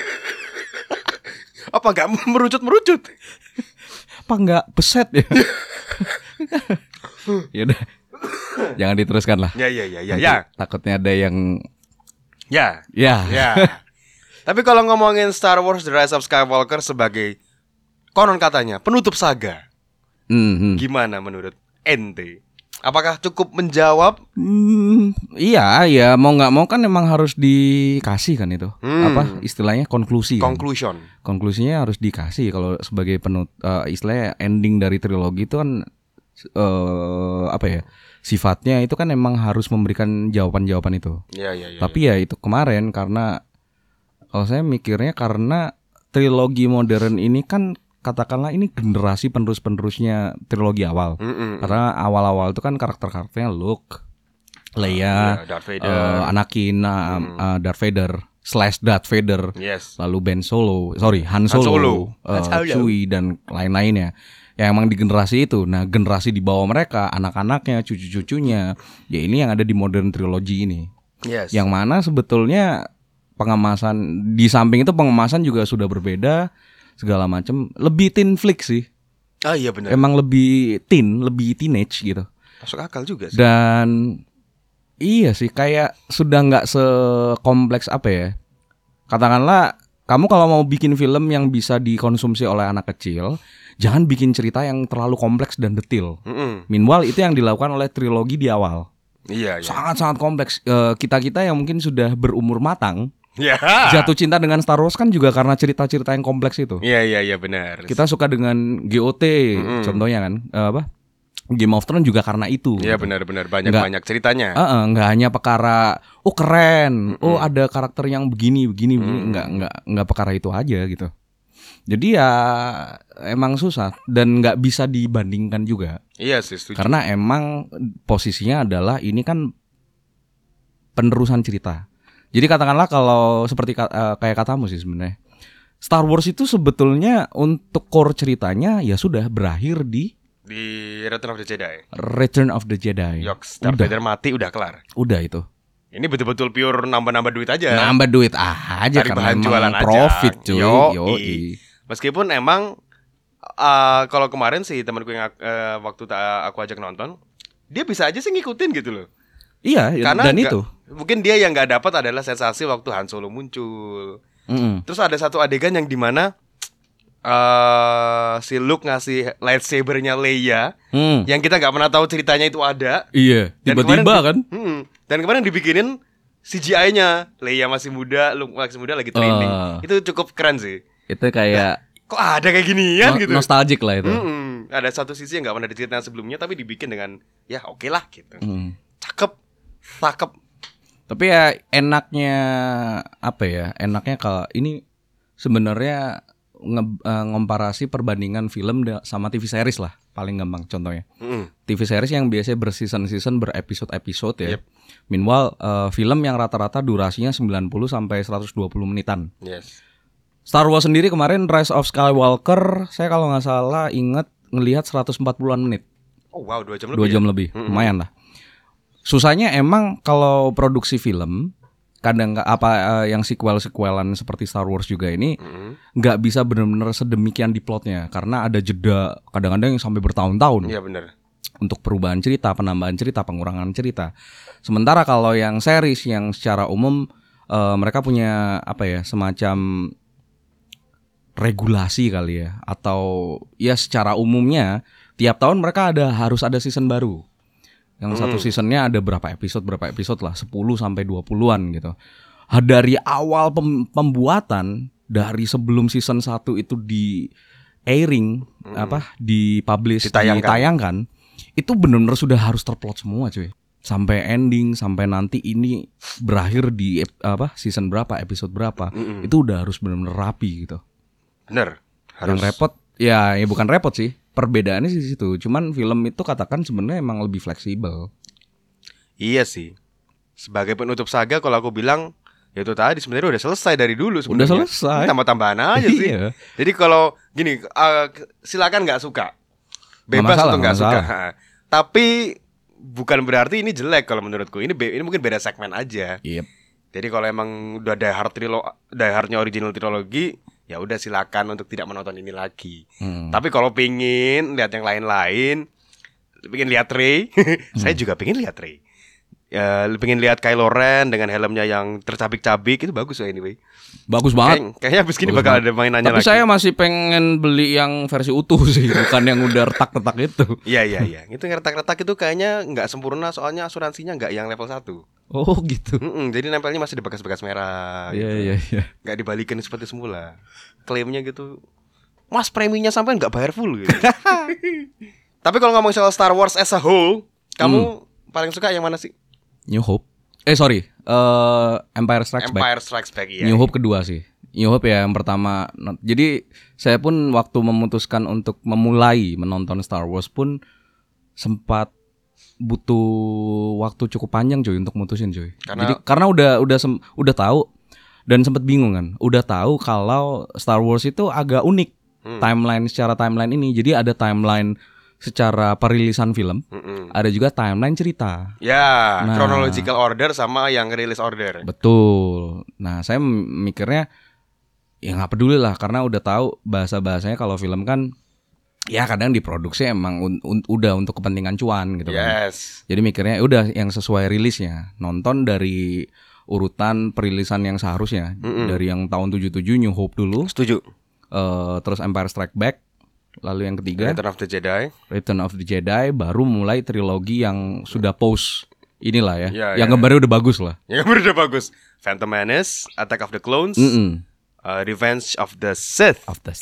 Apa nggak merucut? Apa nggak beset ya? Yaudah. Jangan diteruskan lah. Ya. Takutnya ada yang Ya. Tapi kalau ngomongin Star Wars The Rise of Skywalker sebagai konon katanya penutup saga, gimana menurut ente? Apakah cukup menjawab? Iya, mau nggak mau kan emang harus dikasih kan itu. Apa istilahnya konklusi? Conclusion. Kan? Konklusinya harus dikasih kalau sebagai istilahnya ending dari trilogi itu kan apa ya? Sifatnya itu kan emang harus memberikan jawaban-jawaban itu. Iya. Tapi ya itu kemarin karena kalau saya mikirnya karena trilogi modern ini kan katakanlah ini generasi penerusnya trilogi awal. Karena awal-awal itu kan karakter-karakternya Luke, Leia, Darth Vader, Anakin, Darth Vader / Darth Vader, lalu Han Solo, Chewie dan lain-lainnya. Yang emang di generasi itu. Nah generasi di bawah mereka, anak-anaknya, cucu-cucunya, ya ini yang ada di modern trilogy ini. Yang mana sebetulnya pengemasan, di samping itu pengemasan juga sudah berbeda, segala macam. Lebih teen flick sih. Iya benar. Emang lebih teenage gitu. Masuk akal juga sih. Dan iya sih, kayak sudah nggak sekompleks apa ya. Katakanlah kamu kalau mau bikin film yang bisa dikonsumsi oleh anak kecil, jangan bikin cerita yang terlalu kompleks dan detail. Meanwhile itu yang dilakukan oleh trilogi di awal. Iya. Sangat-sangat kompleks. Kita yang mungkin sudah berumur matang, jatuh cinta dengan Star Wars kan juga karena cerita-cerita yang kompleks itu. Iya benar. Kita suka dengan GOT, contohnya kan, Game of Thrones juga karena itu. Iya benar banyak ceritanya. Nggak hanya perkara keren, ada karakter yang begini, nggak perkara itu aja gitu. Jadi ya emang susah dan nggak bisa dibandingkan juga. Iya sih, setuju. Karena emang posisinya adalah ini kan penerusan cerita. Jadi katakanlah kalau seperti kayak katamu sih sebenarnya, Star Wars itu sebetulnya untuk core ceritanya ya sudah berakhir di Return of the Jedi. Return of the Jedi. Yoks, Darth Vader mati udah kelar. Udah itu. Ini betul-betul pure nambah-nambah duit aja. Nambah duit aja cari karena bahan jualan profit aja. cuy. Yoi. Meskipun emang kalau kemarin sih temanku yang waktu aku ajak nonton, dia bisa aja sih ngikutin gitu loh. Iya, karena dan itu mungkin dia yang nggak dapat adalah sensasi waktu Han Solo muncul. Terus ada satu adegan yang dimana si Luke ngasih lightsabernya Leia, yang kita nggak pernah tahu ceritanya itu ada. Iya, tiba-tiba kan. Dan kemarin dibikinin CGI-nya Leia masih muda, Luke masih muda lagi training. Itu cukup keren sih. Itu kayak kok ada kayak ginian gitu. Nostalgic lah itu. Ada satu sisi yang nggak pernah diceritain sebelumnya, tapi dibikin dengan ya oke lah gitu. Cakep. Tapi ya enaknya apa ya? Enaknya kalau ini sebenarnya ngomparasi perbandingan film sama TV series lah, paling gampang contohnya. TV series yang biasanya berseason-season, berepisode-episode ya. Meanwhile film yang rata-rata durasinya 90 sampai 120 menitan. Star Wars sendiri kemarin Rise of Skywalker, saya kalau nggak salah ingat ngelihat 140-an menit. Oh wow, 2 jam lebih. 2 jam lebih, lumayan lah. Susahnya emang kalau produksi film kadang yang sequelan seperti Star Wars juga ini nggak bisa benar-benar sedemikian di plotnya karena ada jeda kadang-kadang yang sampai bertahun-tahun. Iya benar. Untuk perubahan cerita, penambahan cerita, pengurangan cerita. Sementara kalau yang series yang secara umum mereka punya apa ya, semacam regulasi kali ya, atau ya secara umumnya tiap tahun mereka harus ada season baru. Yang satu seasonnya ada berapa episode lah, 10 sampai 20-an gitu. Dari awal pembuatan, dari sebelum season 1 itu di airing, dipublish, ditayangkan, itu benar-benar sudah harus terplot semua cuy. Sampai ending, sampai nanti ini berakhir di season berapa, episode berapa, itu udah harus benar-benar rapi gitu. Bener. Yang repot, ya bukan repot sih. Perbedaannya sih di situ. Cuman film itu katakan sebenarnya emang lebih fleksibel. Iya sih. Sebagai penutup saga, kalau aku bilang, ya itu tadi sebenarnya udah selesai dari dulu sebenarnya. Udah selesai. Tambah-tambahan aja sih. Iya. Jadi kalau gini, silakan nggak suka, bebas untuk nggak suka. Tapi bukan berarti ini jelek kalau menurutku. Ini mungkin beda segmen aja. Yep. Jadi kalau emang udah die hardnya original trilogi, ya udah silakan untuk tidak menonton ini lagi. Tapi kalau pingin lihat yang lain-lain, pingin lihat Rey, saya juga pingin lihat Rey. Pengen lihat Kylo Ren dengan helmnya yang tercabik-cabik, itu bagus ya anyway. Bagus banget. Kayaknya abis gini bakal ada mainannya lagi. Tapi saya masih pengen beli yang versi utuh sih, bukan yang udah retak-retak itu. Iya. Itu yang retak-retak itu kayaknya nggak sempurna, soalnya asuransinya nggak yang level 1. Oh gitu. Jadi nempelnya masih di bekas-bekas merah. Iya. Nggak dibalikin seperti semula. Klaimnya gitu, Mas preminya sampai nggak bayar full gitu. Tapi kalau ngomong soal Star Wars as a whole, kamu paling suka yang mana sih? New Hope. Empire Strikes Back. Empire Strikes Back, iya. New Hope kedua sih. New Hope ya yang pertama. Jadi saya pun waktu memutuskan untuk memulai menonton Star Wars pun sempat butuh waktu cukup panjang cuy untuk mutusin cuy. Karena udah tahu dan sempat bingung kan. Udah tahu kalau Star Wars itu agak unik secara timeline ini. Jadi ada timeline secara perilisan film, ada juga timeline cerita. Ya, chronological order sama yang release order. Betul. Nah, saya mikirnya ya nggak peduli lah, karena udah tahu bahasanya kalau film kan ya kadang diproduksi emang udah untuk kepentingan cuan gitu kan. Jadi mikirnya udah yang sesuai rilisnya, nonton dari urutan perilisan yang seharusnya. Dari yang tahun 77 New Hope dulu. Setuju. Terus Empire Strikes Back. Lalu yang ketiga Return of the Jedi, baru mulai trilogi yang sudah post inilah ya. Yang gambarnya udah bagus lah. Phantom Menace, Attack of the Clones, Revenge of the Sith.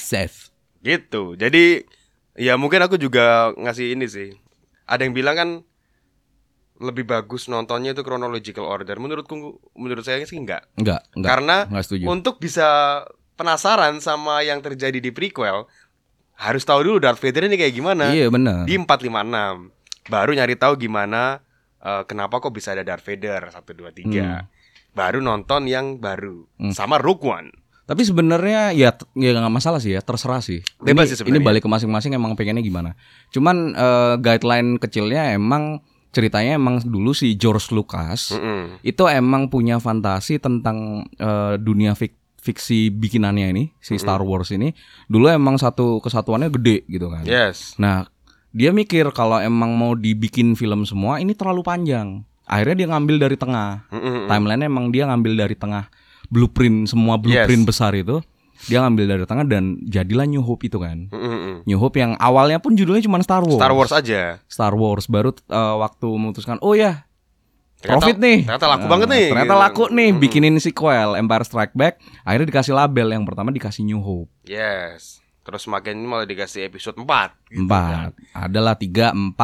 Gitu. Jadi ya mungkin aku juga ngasih ini sih. Ada yang bilang kan lebih bagus nontonnya itu chronological order. Menurut saya sih enggak. Karena untuk bisa penasaran sama yang terjadi di prequel, harus tahu dulu Darth Vader ini kayak gimana. Iya benar. Di 456 baru nyari tahu gimana kenapa kok bisa ada Darth Vader 1, 2, 3. Baru nonton yang baru sama Rogue One. Tapi sebenarnya ya nggak masalah sih ya, terserah sih. Bebas sih sebenarnya. Ini balik ke masing-masing emang pengennya gimana. Cuman guideline kecilnya emang ceritanya emang dulu si George Lucas itu emang punya fantasi tentang dunia fiksi bikinannya ini, si Star Wars ini dulu emang satu kesatuannya gede gitu kan. Nah, dia mikir kalau emang mau dibikin film semua ini terlalu panjang. Akhirnya dia ngambil dari tengah. Timeline-nya emang dia ngambil dari tengah. Blueprint besar itu dia ngambil dari tengah dan jadilah New Hope itu kan. New Hope yang awalnya pun judulnya cuma Star Wars aja. Star Wars baru waktu memutuskan profit nih. Ternyata laku banget nih. Ternyata laku nih bikinin sequel Empire Strikes Back. Akhirnya dikasih label, yang pertama dikasih New Hope. Terus makin malah dikasih episode 4 gitu 4 kan. Adalah 456.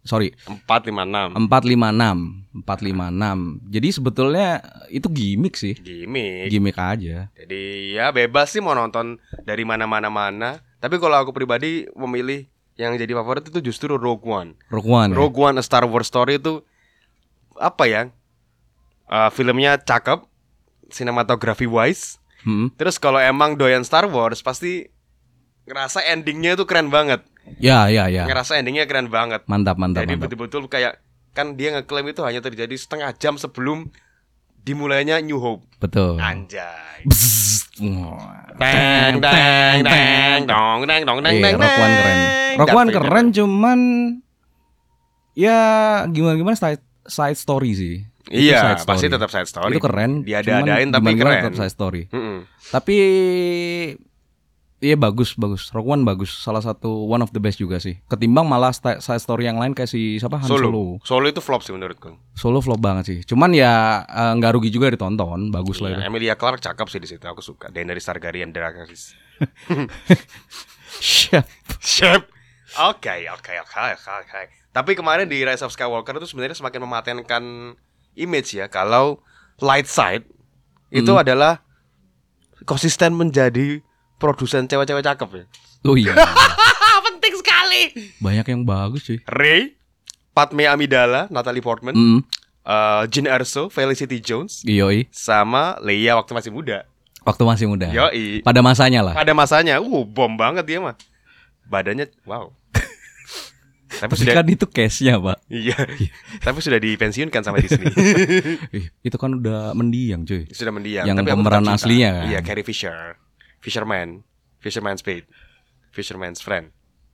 Jadi sebetulnya itu gimmick sih. Gimmick aja. Jadi ya bebas sih mau nonton dari mana. Tapi kalau aku pribadi memilih yang jadi favorit itu justru Rogue One. Rogue One A Star Wars Story itu apa ya? Filmnya cakep, cinematography wise. Terus kalau emang doyan Star Wars pasti ngerasa endingnya itu keren banget. Ya. Ngerasa endingnya keren banget. Mantap. Jadi betul-betul kayak kan dia ngeklaim itu hanya terjadi setengah jam sebelum dimulainya New Hope. Betul. Anjay. Rogue One keren, cuman ya gimana side story sih. Iya, pasti tetap side story. Itu keren. Dia adain tapi keren. Tetap side story. Tapi Iya bagus. Rogue One bagus. Salah satu one of the best juga sih. Ketimbang malah side story yang lain kayak si siapa Han Solo. Solo itu flop sih menurutku. Solo flop banget sih. Cuman ya nggak rugi juga ditonton. Bagus lah itu. Emilia Clarke cakep sih di situ. Aku suka. Daenerys Targaryen Dracarys. Siap. Oke. Tapi kemarin di Rise of Skywalker itu sebenarnya semakin mematenkan image ya. Kalau light side itu adalah konsisten menjadi produsen cewek-cewek cakep ya. Oh iya. Penting sekali. Banyak yang bagus sih. Rey, Padme Amidala, Natalie Portman, Jyn Erso, Felicity Jones, Yoi. sama Leia waktu masih muda. Yoi. Pada masanya lah. Bom banget dia mah. Badannya wow. Tapi kan itu case-nya, Pak. Iya. Tapi sudah dipensiunkan sama Disney. Itu kan udah mendiang, cuy. Sudah mendiang. Yang tapi pemeran aslinya kan. Iya, Carrie Fisher. Fisherman's Fate. Fisherman's Friend.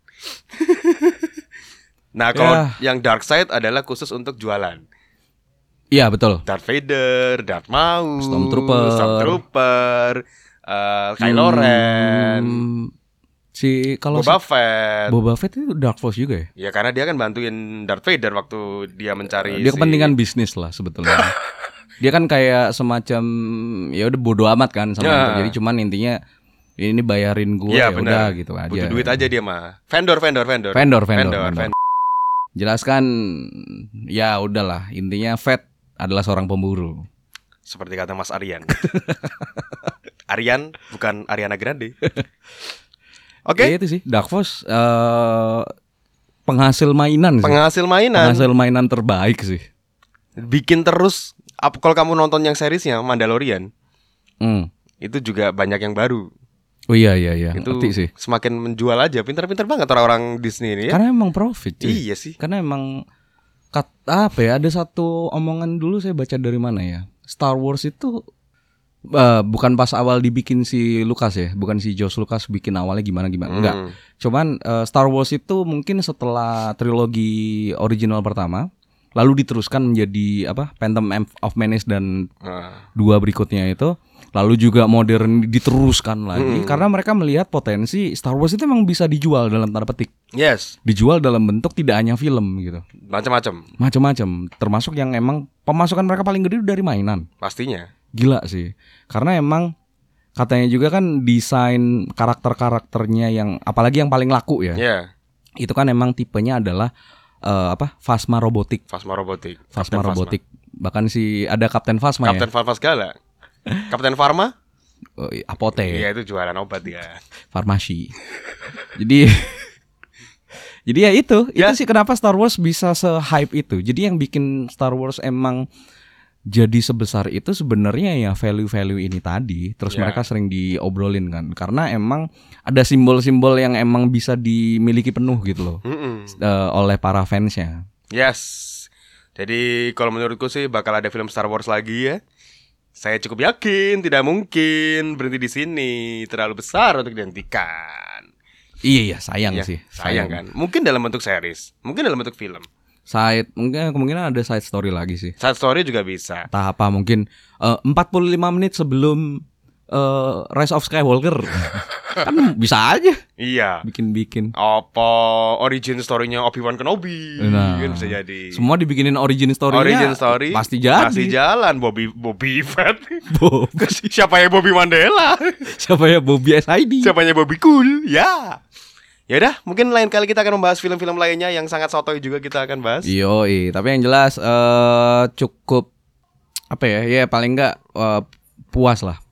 Nah, kalau yang Dark Side adalah khusus untuk jualan. Iya, betul. Darth Vader, Darth Maul, Stormtrooper, Kylo Ren, Boba Fett itu Dark Force juga ya? Ya karena dia kan bantuin Darth Vader waktu dia mencari. Dia kepentingan bisnis lah sebetulnya. Dia kan kayak semacam ya udah bodo amat kan sama itu. Jadi cuman intinya ini bayarin gue ya udah gitu aja. Butuh duit aja dia mah. Vendor. Jelaskan ya udahlah, intinya Fett adalah seorang pemburu. Seperti kata Mas Aryan. Aryan bukan Ariana Grande. Oke. Ya, itu sih Dark Force penghasil mainan terbaik sih. Bikin terus kalau kamu nonton yang seriesnya Mandalorian. Itu juga banyak yang baru. Oh iya. Itu sih. Semakin menjual aja. Pintar-pintar banget orang-orang Disney ini ya. Karena emang profit cuy. Iya sih. Karena emang ada satu omongan dulu saya baca dari mana ya. Star Wars itu bukan pas awal dibikin si Lucas ya. Bukan si George Lucas bikin awalnya gimana. Enggak. Cuman Star Wars itu mungkin setelah trilogi original pertama lalu diteruskan menjadi Phantom of Menace dan dua berikutnya itu. Lalu juga modern diteruskan lagi karena mereka melihat potensi Star Wars itu memang bisa dijual dalam tanda petik. Yes. Dijual dalam bentuk tidak hanya film gitu. Macam-macam. Termasuk yang emang pemasukan mereka paling gede dari mainan. Pastinya. Gila sih. Karena emang katanya juga kan desain karakter-karakternya yang apalagi yang paling laku ya. Yeah. Itu kan emang tipenya adalah Phasma robotik. Bahkan ada Kapten Phasma Kapten Phasma segala. Kapten Pharma? Apotek. Iya itu jualan obat ya. Farmasi. Jadi ya itu sih kenapa Star Wars bisa se-hype itu. Jadi yang bikin Star Wars emang jadi sebesar itu sebenarnya ya value-value ini tadi. Terus mereka sering diobrolin kan. Karena emang ada simbol-simbol yang emang bisa dimiliki penuh gitu loh. Oleh para fansnya. Yes. Jadi kalau menurutku sih bakal ada film Star Wars lagi ya. Saya cukup yakin tidak mungkin berhenti di sini, terlalu besar untuk dihentikan. Iya sayang sih. Sayang kan. Mungkin dalam bentuk series, mungkin dalam bentuk film. Mungkin kemungkinan ada side story lagi sih. Side story juga bisa. Entah apa mungkin 45 menit sebelum Rise of Skywalker. Kan bisa aja. Iya. Bikin. Apa origin story-nya Obi-Wan Kenobi kan bisa jadi. Semua dibikinin origin story-nya. Pasti jalan Bobby Fett. Siapa ya Bobby Mandela? Siapa ya Bobby SID? Siapanya Bobby Cool? Ya. Ya udah, mungkin lain kali kita akan membahas film-film lainnya yang sangat sotoy juga kita akan bahas. Tapi yang jelas cukup ya paling enggak puas lah.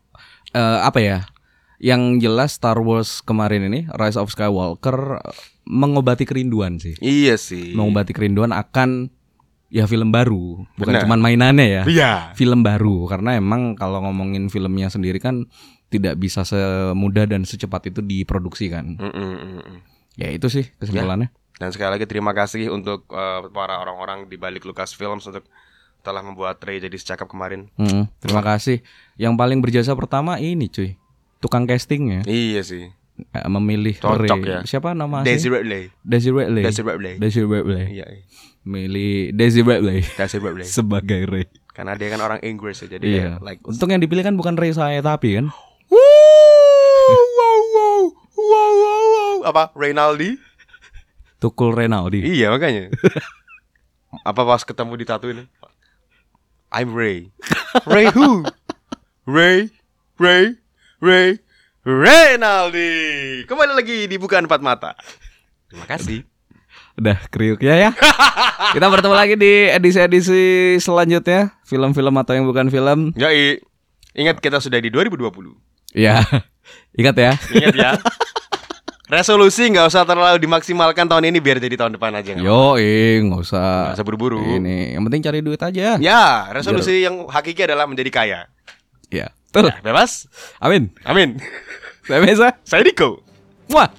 Yang jelas Star Wars kemarin ini Rise of Skywalker mengobati kerinduan sih. Iya sih. Mengobati kerinduan akan ya film baru, bukan cuma mainannya ya. Iya. Film baru karena emang kalau ngomongin filmnya sendiri kan tidak bisa semudah dan secepat itu diproduksi kan. Ya itu sih kesimpulannya. Dan sekali lagi terima kasih untuk para orang-orang di balik Lucasfilms untuk telah membuat Rey jadi secakap kemarin. Terima kasih. Yang paling berjasa pertama ini cuy, tukang castingnya. Iya sih. Memilih cocok Rey. Ya. Siapa nama Daisy Ridley. Iya. Milih Daisy Ridley sebagai Rey. Karena dia kan orang Inggris ya, jadi Untung yang dipilih kan bukan Rey saya tapi kan. Wow. Apa? Reynaldi? Tukul Renaldi. Iya makanya. Apa pas ketemu di tato ini? I'm Ray. Ray who? Ray Reynaldi. Kembali lagi di Bukan Empat Mata. Terima kasih. Udah kriuk ya. Kita bertemu lagi di edisi-edisi selanjutnya, film-film atau yang bukan film. Yoi. Ingat kita sudah di 2020. Iya. Ingat ya. Ingat ya. Resolusi nggak usah terlalu dimaksimalkan tahun ini, biar jadi tahun depan aja. Nggak usah. Nggak usah buru-buru. Ini yang penting cari duit aja. Ya, resolusi yang hakiki adalah menjadi kaya. Ya, betul. Ya, bebas. Amin. Saya Meza. Saya Diko. Wah.